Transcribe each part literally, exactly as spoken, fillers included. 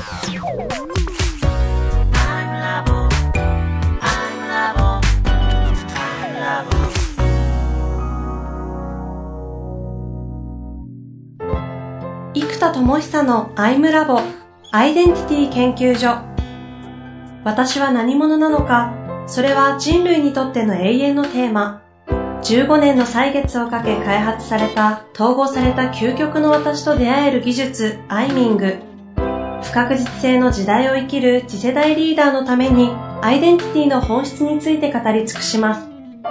生田智久のアイムラボアイデンティティ研究所。私は何者なのか、それは人類にとっての永遠のテーマ。じゅうごねんの歳月をかけ開発された統合された究極の私と出会える技術アイミング。不確実性の時代を生きる次世代リーダーのためにアイデンティティの本質について語り尽くします。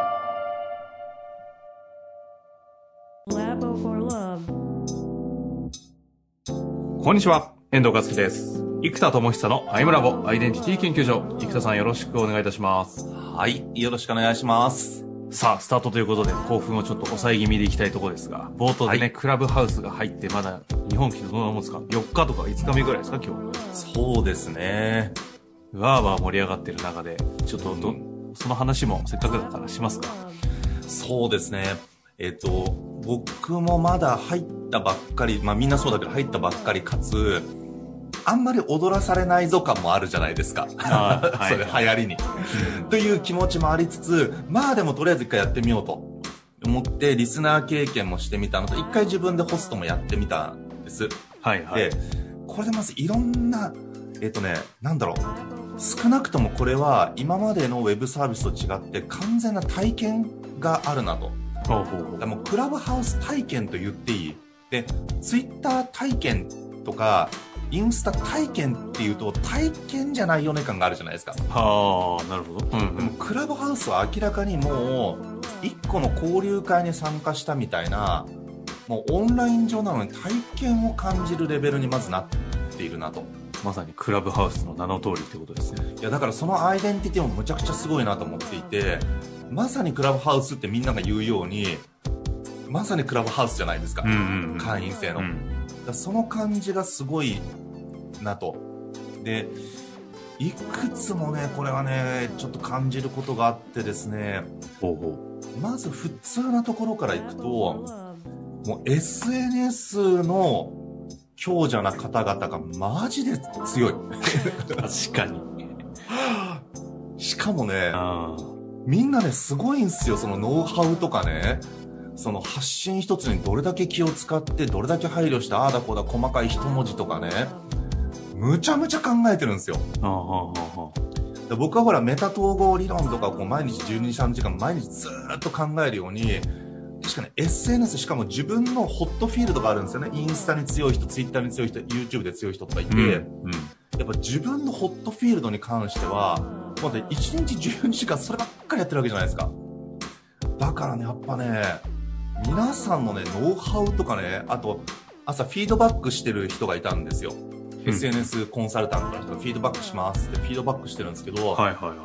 こんにちは、遠藤和樹です。生田智久のアイムラボアイデンティティ研究所。生田さんよろしくお願いいたします。 はい、よろしくお願いします。 さあ、スタートということで興奮をちょっと抑え気味でいきたいところですが、冒頭でね、はい、クラブハウスが入ってまだ日本来てどんなもんですか？よっかとかいつかめぐらいですか今日？ そうですね。 わーわー盛り上がってる中で、ちょっとど、うん、その話もせっかくだったらしますか？ そうですね。えっと、僕もまだ入ったばっかり、まあみんなそうだけど入ったばっかりかつ、あんまり踊らされないぞ感もあるじゃないですか。あそれ流行りに。という気持ちもありつつ、まあでもとりあえず一回やってみようと思ってリスナー経験もしてみたのと、一回自分でホストもやってみたんです。 はいはい。 で、これでまずいろんな、えっとね、なんだろう。少なくともこれは今までのウェブサービスと違って完全な体験があるなと。 ほうほうほう。 でもクラブハウス体験と言っていい。で、ツイッター体験とか、インスタ体験っていうと体験じゃないよね感があるじゃないですか。 はあ、なるほど。うんうん、 でもクラブハウスは明らかにもう一個の交流会に参加したみたいな、もうオンライン上なのに体験を感じるレベルにまずなっているなと。 まさにクラブハウスの名の通りってことですね。 いやだからそのアイデンティティもむちゃくちゃすごいなと思っていて、まさにクラブハウスってみんなが言うようにまさにクラブハウスじゃないですか、うんうんうん、会員制の、うん、だその感じがすごいなと。でいくつもねこれはねちょっと感じることがあってですね、 ほうほうまず普通なところからいくと、もう エスエヌエス の強者な方々がマジで強い。 確かに。 しかもね、みんなねすごいんですよ。そのノウハウとかね、その発信一つにどれだけ気を使ってどれだけ配慮してああだこうだ細かい一文字とかね、むちゃむちゃ考えてるんですよ。 ああああで僕はほらメタ統合理論とかこう毎日じゅうに、さんじかん毎日ずーっと考えるように、しかも エスエヌエス しかも自分のホットフィールドがあるんですよね。インスタに強い人、ツイッターに強い人、YouTube で強い人とかいて、うんうん、やっぱ自分のホットフィールドに関してはまだいちにちじゅうにじかんそればっかりやってるわけじゃないですか。だからねやっぱね皆さんのねノウハウとかね、あと朝フィードバックしてる人がいたんですよ、うん、エスエヌエス コンサルタントの人がフィードバックしますってフィードバックしてるんですけど、 はいはいはい、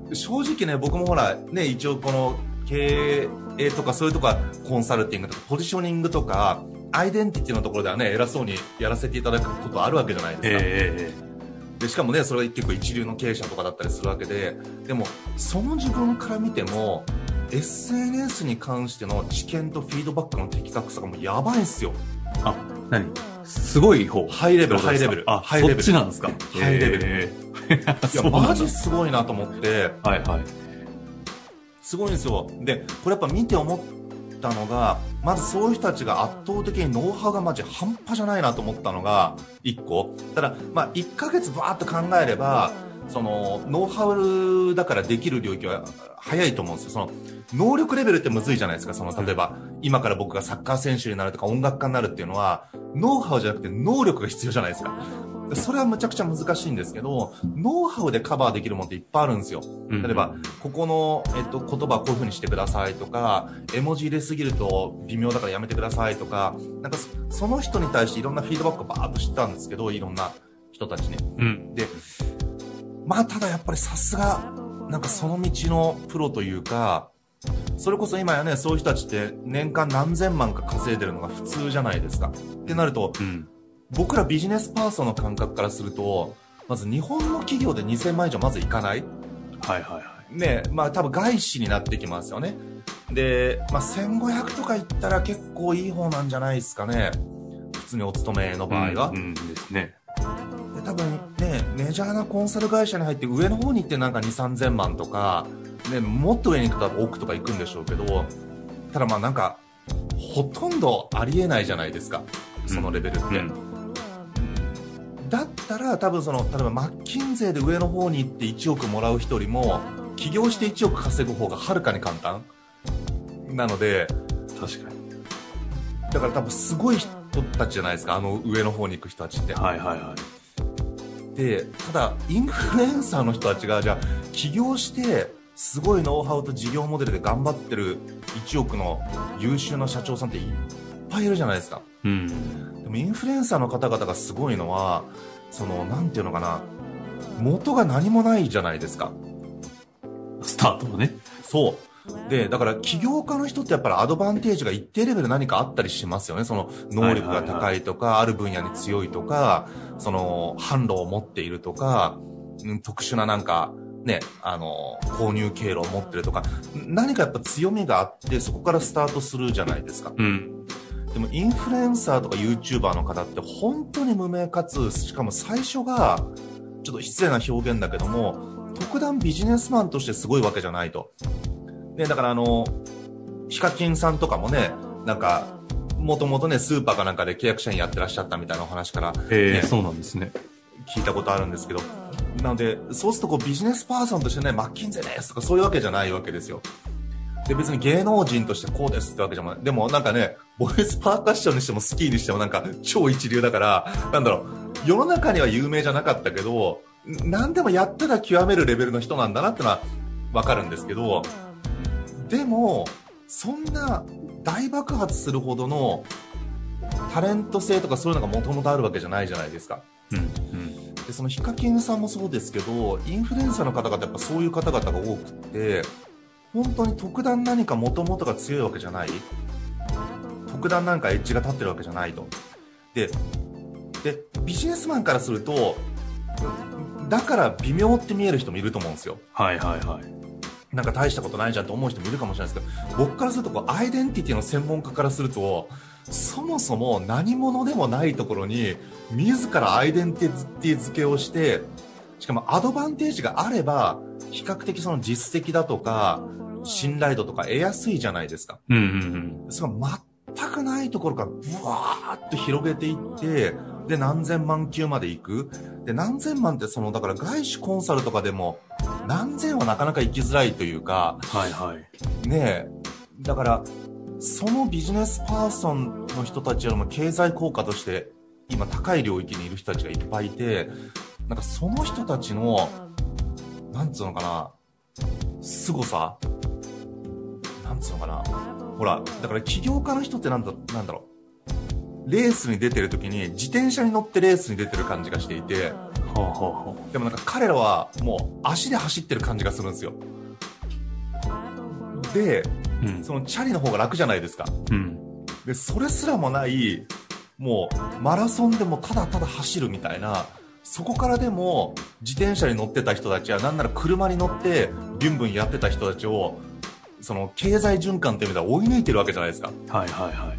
正直ね僕もほらね一応この経営とかそういうとこはコンサルティングとかポジショニングとかアイデンティティのところではね偉そうにやらせていただくことあるわけじゃないですか、 えー、でしかもねそれは結構一流の経営者とかだったりするわけで、でもその自分から見ても エスエヌエス に関しての知見とフィードバックの的確さがもうやばいんすよ。 あ、何すごい方、 ハイレベルハイレベル、 あ、 ハイレベル、 そっちなんですか。 ハイレベル、えー、いやマジすごいなと思って、 はいはい、 すごいんですよ。でこれやっぱ見て思ったのが、まずそういう人たちが圧倒的にノウハウがマジ半端じゃないなと思ったのがいっこ。ただまあいっかげつバーっと考えればそのノウハウだからできる領域は早いと思うんですよ。その能力レベルってむずいじゃないですか。その例えば今から僕がサッカー選手になるとか音楽家になるっていうのはノウハウじゃなくて能力が必要じゃないですか。それはむちゃくちゃ難しいんですけど、ノウハウでカバーできるものっていっぱいあるんですよ。例えばここの、えっと、言葉はこういう風にしてくださいとか、絵文字入れすぎると微妙だからやめてくださいとか、なんかその人に対していろんなフィードバックをバーッとしてたんですけど、いろんな人たちに、うん、でまあただやっぱりさすがなんかその道のプロというか、それこそ今やねそういう人たちって年間何千万か稼いでるのが普通じゃないですか。ってなると、うん、僕らビジネスパーソンの感覚からするとまず日本の企業でにせんまん以上まずいかない、 はいはいはいね、まあ多分外資になってきますよね。で、まあ、せんごひゃくとかいったら結構いい方なんじゃないですかね、普通にお勤めの場合は、 うんうんですね。 で多分分ね、メジャーなコンサル会社に入って上の方に行ってなんかに、さんぜんまんとか、ね、もっと上に行くと億とか行くんでしょうけど、ただまあなんか、ほとんどありえないじゃないですか、そのレベルって。うんうんだったら多分その例えばマッキンゼーで上の方に行っていちおくもらう人よりも起業していちおく稼ぐ方がはるかに簡単なので、 確かにだから多分すごい人たちじゃないですか、あの上の方に行く人たちって。 はいはいはい。 でただインフルエンサーの人たちがじゃあ起業してすごいノウハウと事業モデルで頑張ってるいちおくの優秀な社長さんっていっぱいいるじゃないですか。うんでもインフルエンサーの方々がすごいのはそのなんていうのかな、元が何もないじゃないですか、 スタートもね。 そうでだから起業家の人ってやっぱりアドバンテージが一定レベル何かあったりしますよね。その能力が高いとか、はいはいはい、ある分野に強いとか、その販路を持っているとか、うん、特殊ななんかね、あの購入経路を持ってるとか、何かやっぱ強みがあってそこからスタートするじゃないですか。うんでもインフルエンサーとか YouTuber の方って本当に無名かつ、しかも最初がちょっと失礼な表現だけども特段ビジネスマンとしてすごいわけじゃないと。でだからあのヒカキンさんとかもね、なんかもともとねスーパーかなんかで契約社員やってらっしゃったみたいなお話から、ね、 へーそうなんですね、 聞いたことあるんですけど、なのでそうするとこうビジネスパーソンとしてねマッキンゼですとかそういうわけじゃないわけですよ。で別に芸能人としてこうですってわけじゃない。でもなんかねボイスパーカッションにしてもスキーにしてもなんか超一流だから、なんだろう、世の中には有名じゃなかったけど何でもやったら極めるレベルの人なんだなってのはわかるんですけど、でもそんな大爆発するほどのタレント性とかそういうのがもともとあるわけじゃないじゃないですか。うんうんでそのヒカキンさんもそうですけど、インフルエンサーの方々やっぱそういう方々が多くて、本当に特段何か元々が強いわけじゃない、特段なんかエッジが立ってるわけじゃないと。ででビジネスマンからするとだから微妙って見える人もいると思うんですよ。 はいはいはい。 なんか大したことないじゃんと思う人もいるかもしれないですけど、僕からするとこうアイデンティティの専門家からすると、そもそも何者でもないところに自らアイデンティティ付けをして、しかもアドバンテージがあれば比較的その実績だとか信頼度とか得やすいじゃないですか。うんうんうん。それが全くないところからブワーッと広げていって、で何千万級まで行く。で何千万ってそのだから外資コンサルとかでも何千はなかなか行きづらいというか、 はいはいねえ、だからそのビジネスパーソンの人たちよりも経済効果として今高い領域にいる人たちがいっぱいいて、なんかその人たちのなんつうのかな、凄さ、なんつうのかな、ほらだから起業家の人ってなんだなんだろう、レースに出てる時に自転車に乗ってレースに出てる感じがしていて、 ほうほうほう。 でもなんか彼らはもう足で走ってる感じがするんですよ。で、うん、そのチャリの方が楽じゃないですか、うん、でそれすらもないもうマラソンでもただただ走るみたいな、そこからでも自転車に乗ってた人たちはなんなら車に乗ってビュンビュンやってた人たちをその経済循環っていう意味では追い抜いてるわけじゃないですか。 はいはいはい。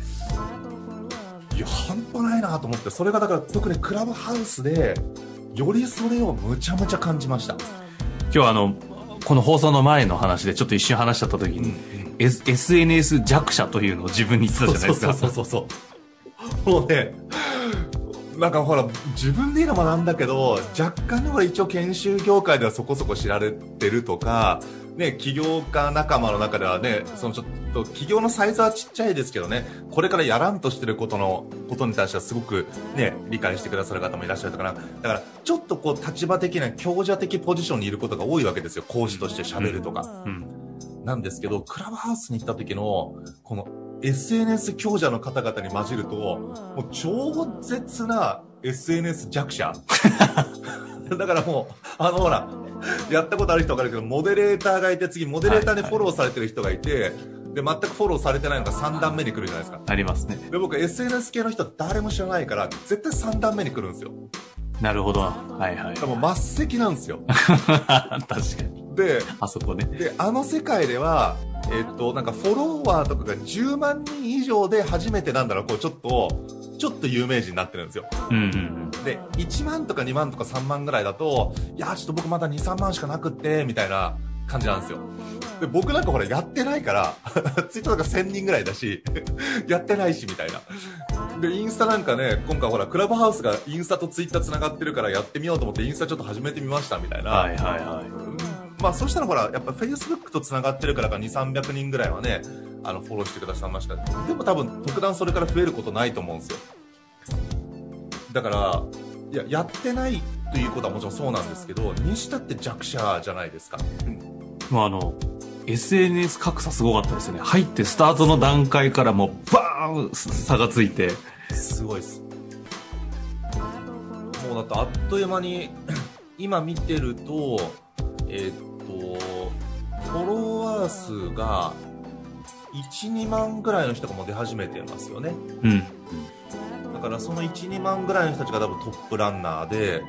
いや半端ないなと思って、それがだから特にクラブハウスでよりそれをむちゃむちゃ感じました。 今日はあのこの放送の前の話でちょっと一瞬話しちゃった時に、うん、S、エスエヌエス 弱者というのを自分に言ってたじゃないですか。 そうそうそうそうもうね、なんかほら自分で言うのもなんだけど、若干のほら一応研修業界ではそこそこ知られてるとかね、起業家仲間の中ではね、そのちょっと企業のサイズはちっちゃいですけどね、これからやらんとしてることのことに対してはすごくね理解してくださる方もいらっしゃるから、だからちょっとこう立場的な強者的ポジションにいることが多いわけですよ、講師として喋るとか、うんうん、なんですけどクラブハウスに行った時のこの エスエヌエス 強者の方々に混じるともう超絶な エスエヌエス 弱者だからもうあのほらやったことある人分かるけど、モデレーターがいて次モデレーターにフォローされてる人がいて、はいはい、で全くフォローされてないのがさん段目に来るじゃないですか。 ありますね。 で僕 エスエヌエス 系の人は誰も知らないから絶対さん段目に来るんですよ。 なるほど。はいはい。 でも末席なんですよ。 確かに。 で、 あそこね。 で、あの世界では、えっと、なんかフォロワーとかがじゅうまんにん以上で初めてなんだろう、こうちょっと、ちょっと有名人になってるんですよ。うんうんうん。 で、いちまんとかにまんとかさんまんぐらいだと、いや、ちょっと僕まだに、さんまんしかなくって、みたいな感じなんですよ。で、僕なんかほら、やってないから、ツイッターなんかせんにんぐらいだし、やってないし、みたいな。で、インスタなんかね、今回ほら、クラブハウスがインスタとツイッター繋がってるからやってみようと思って、インスタちょっと始めてみました、みたいな。 はいはいはい。 まあ、そしたらほら、やっぱ Facebook と繋がってるからかに、さんびゃくにんぐらいはね、あの、フォローしてくださいました。でも多分、特段それから増えることないと思うんですよ。だから、いや、やってないということはもちろんそうなんですけど、にしたって弱者じゃないですか。うん。 まあ、あの、エスエヌエス 格差すごかったですよね。入ってスタートの段階からもうバーン差がついて。 すごいです。もうだってあっという間に、今見てると、えー、っと、フォロワー数がいち、にまんぐらいの人がもう出始めてますよね。 うん。 だからそのいち、にまんぐらいの人たちが多分トップランナーで、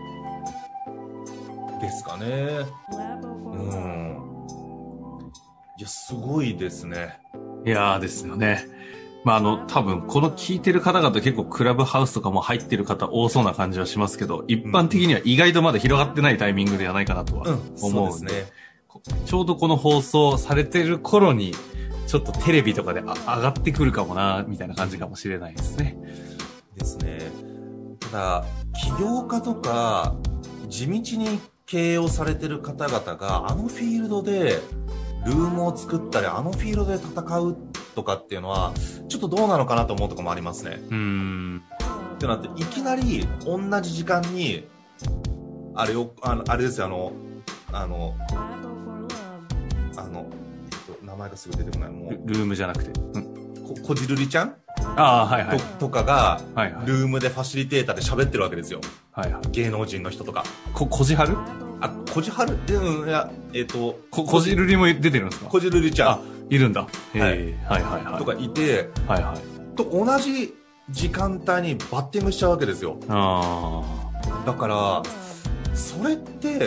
ですかね。うん。いや、すごいですね。 いやーですよね。まあ、あの、多分、この聞いてる方々結構クラブハウスとかも入ってる方多そうな感じはしますけど、一般的には意外とまだ広がってないタイミングではないかなとは思うんで、うん、そうですね。ちょうどこの放送されてる頃に、ちょっとテレビとかで上がってくるかもな、みたいな感じかもしれないですね。 ですね。ただ、起業家とか、地道に経営をされてる方々が、あのフィールドで、ルームを作ったり、あのフィールドで戦うとかっていうのは、ちょっとどうなのかなと思うところもありますね。 うーん。 ってなって、いきなり同じ時間に、あれを、あの、あれですよ、あの、あの、あの、名前がすぐ出てこない、もう。 ル, ルームじゃなくて。うん。 こ、こじるりちゃんああ、はいはい。 と, とかが、 はいはい、 ルームでファシリテーターで喋ってるわけですよ。 はいはい。 芸能人の人とか。 こ、こじはるあ、こじはるうん、いや、えっ、ー、と。 こ、こじるりも出てるんですか？ こじるりちゃん。 あ、いるんだ。 はい、 はいはいはい。 とかいて、 はいはい。 と同じ時間帯にバッティングしちゃうわけですよ。 ああ。だから、それって、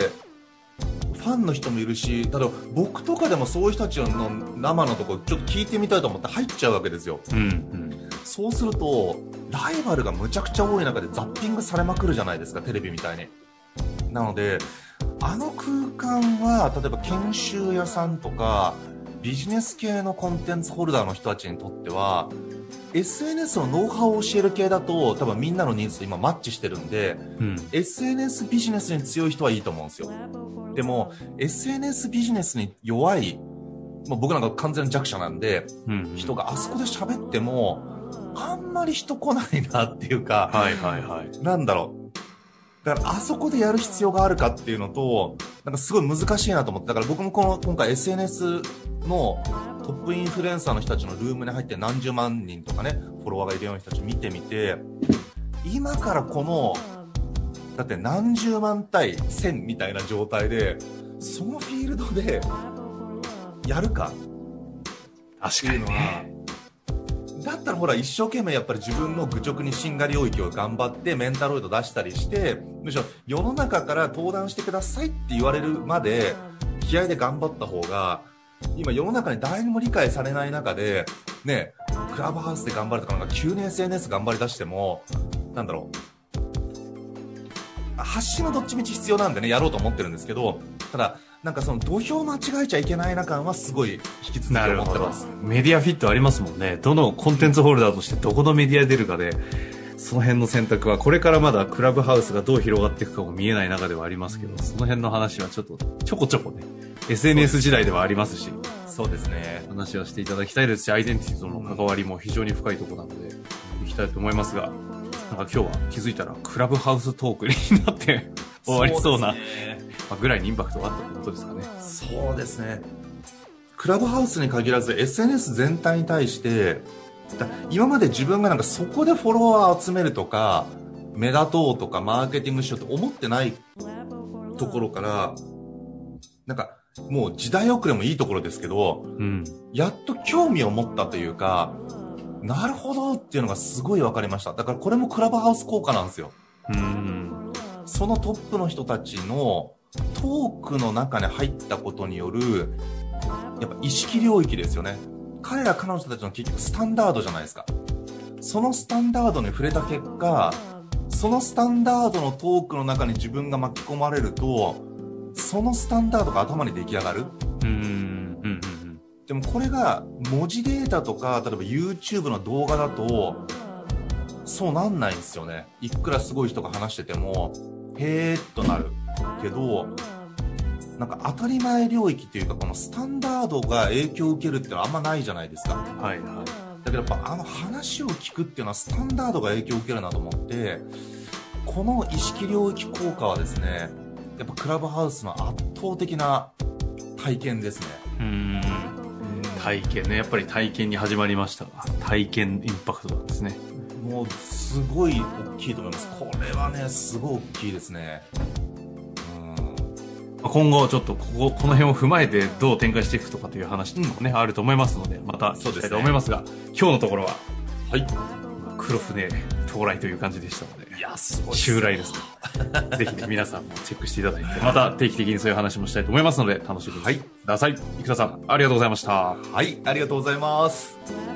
ファンの人もいるし、例えば僕とかでもそういう人たちの生のとこちょっと聞いてみたいと思って入っちゃうわけですよ。 うんうん。 そうすると、ライバルがむちゃくちゃ多い中でザッピングされまくるじゃないですか、テレビみたいに。なので、あの空間は、例えば研修屋さんとか、ビジネス系のコンテンツホルダーの人たちにとっては、エスエヌエス のノウハウを教える系だと、多分みんなのニーズと今マッチしてるんで、 うん、 エスエヌエス ビジネスに強い人はいいと思うんですよ。でも、エスエヌエス ビジネスに弱い、まあ、僕なんか完全に弱者なんで、 うんうん、 人があそこで喋っても、あんまり人来ないなっていうか、 はいはいはい。 なんだろう。だからあそこでやる必要があるかっていうのと、なんかすごい難しいなと思って、だから僕もこの今回 エスエヌエス のトップインフルエンサーの人たちのルームに入って何十万人とかね、フォロワーがいるような人たち見てみて、今からこの、だって何十万対千みたいな状態で、そのフィールドでやるかっていうのは、だったらほら一生懸命やっぱり自分の愚直に進化領域を頑張ってメンタロイド出したりして、むしろ世の中から登壇してくださいって言われるまで気合で頑張った方が、今世の中に誰にも理解されない中でね、クラブハウスで頑張るとか、なんか急に エスエヌエス 頑張り出しても、なんだろう、発信はどっちみち必要なんでね、やろうと思ってるんですけど、ただなんかその土俵間違えちゃいけないな感はすごい引き続き思ってます。 メディアフィットありますもんね。どのコンテンツホルダーとしてどこのメディア出るかで、その辺の選択はこれからまだクラブハウスがどう広がっていくかも見えない中ではありますけど、その辺の話はちょっとちょこちょこね、エスエヌエス 時代ではありますし、 そうですね。 話はしていただきたいですし、アイデンティティとの関わりも非常に深いところなので、いきたいと思いますが、なんか今日は気づいたらクラブハウストークになって終わりそうな、そうですね、まあ、ぐらいにインパクトがあったということですかね。 そうですね。クラブハウスに限らず エスエヌエス 全体に対して、今まで自分がなんかそこでフォロワー集めるとか目立とうとかマーケティングしようと思ってないところから、なんかもう時代遅れもいいところですけど、 うん、 やっと興味を持ったというか、なるほどっていうのがすごい分かりました。だからこれもクラブハウス効果なんですよ。 うん、 そのトップの人たちのトークの中に入ったことによるやっぱ意識領域ですよね。彼ら彼女たちの結局スタンダードじゃないですか。そのスタンダードに触れた結果、 そのスタンダードのトークの中に自分が巻き込まれると、そのスタンダードが頭に出来上がる。 うんうんうん。 でもこれが文字データとか、例えば YouTube の動画だとそうなんないんですよね。いくらすごい人が話しててもへーっとなるけど、なんか当たり前領域っていうか、このスタンダードが影響を受けるっていうのはあんまないじゃないですか。 はいはい。 だけどやっぱあの話を聞くっていうのはスタンダードが影響を受けるなと思って、この意識領域効果はですね、やっぱクラブハウスの圧倒的な体験ですね。 うーん、体験ね。やっぱり体験に始まりましたが、体験インパクトなんですね。 もうすごい大きいと思います。これはね、すごい大きいですね。 今後ちょっとここ、この辺を踏まえてどう展開していくとかという話とかもね、うん、あると思いますので、また聞きたいと思いますが、すね、今日のところは、はい、黒船到来という感じでしたので、 いや、すごい。 襲来ですね。ぜひね、皆さんもチェックしていただいて、また定期的にそういう話もしたいと思いますので、楽しみにしてください。生田さん、ありがとうございました。 はい、ありがとうございます。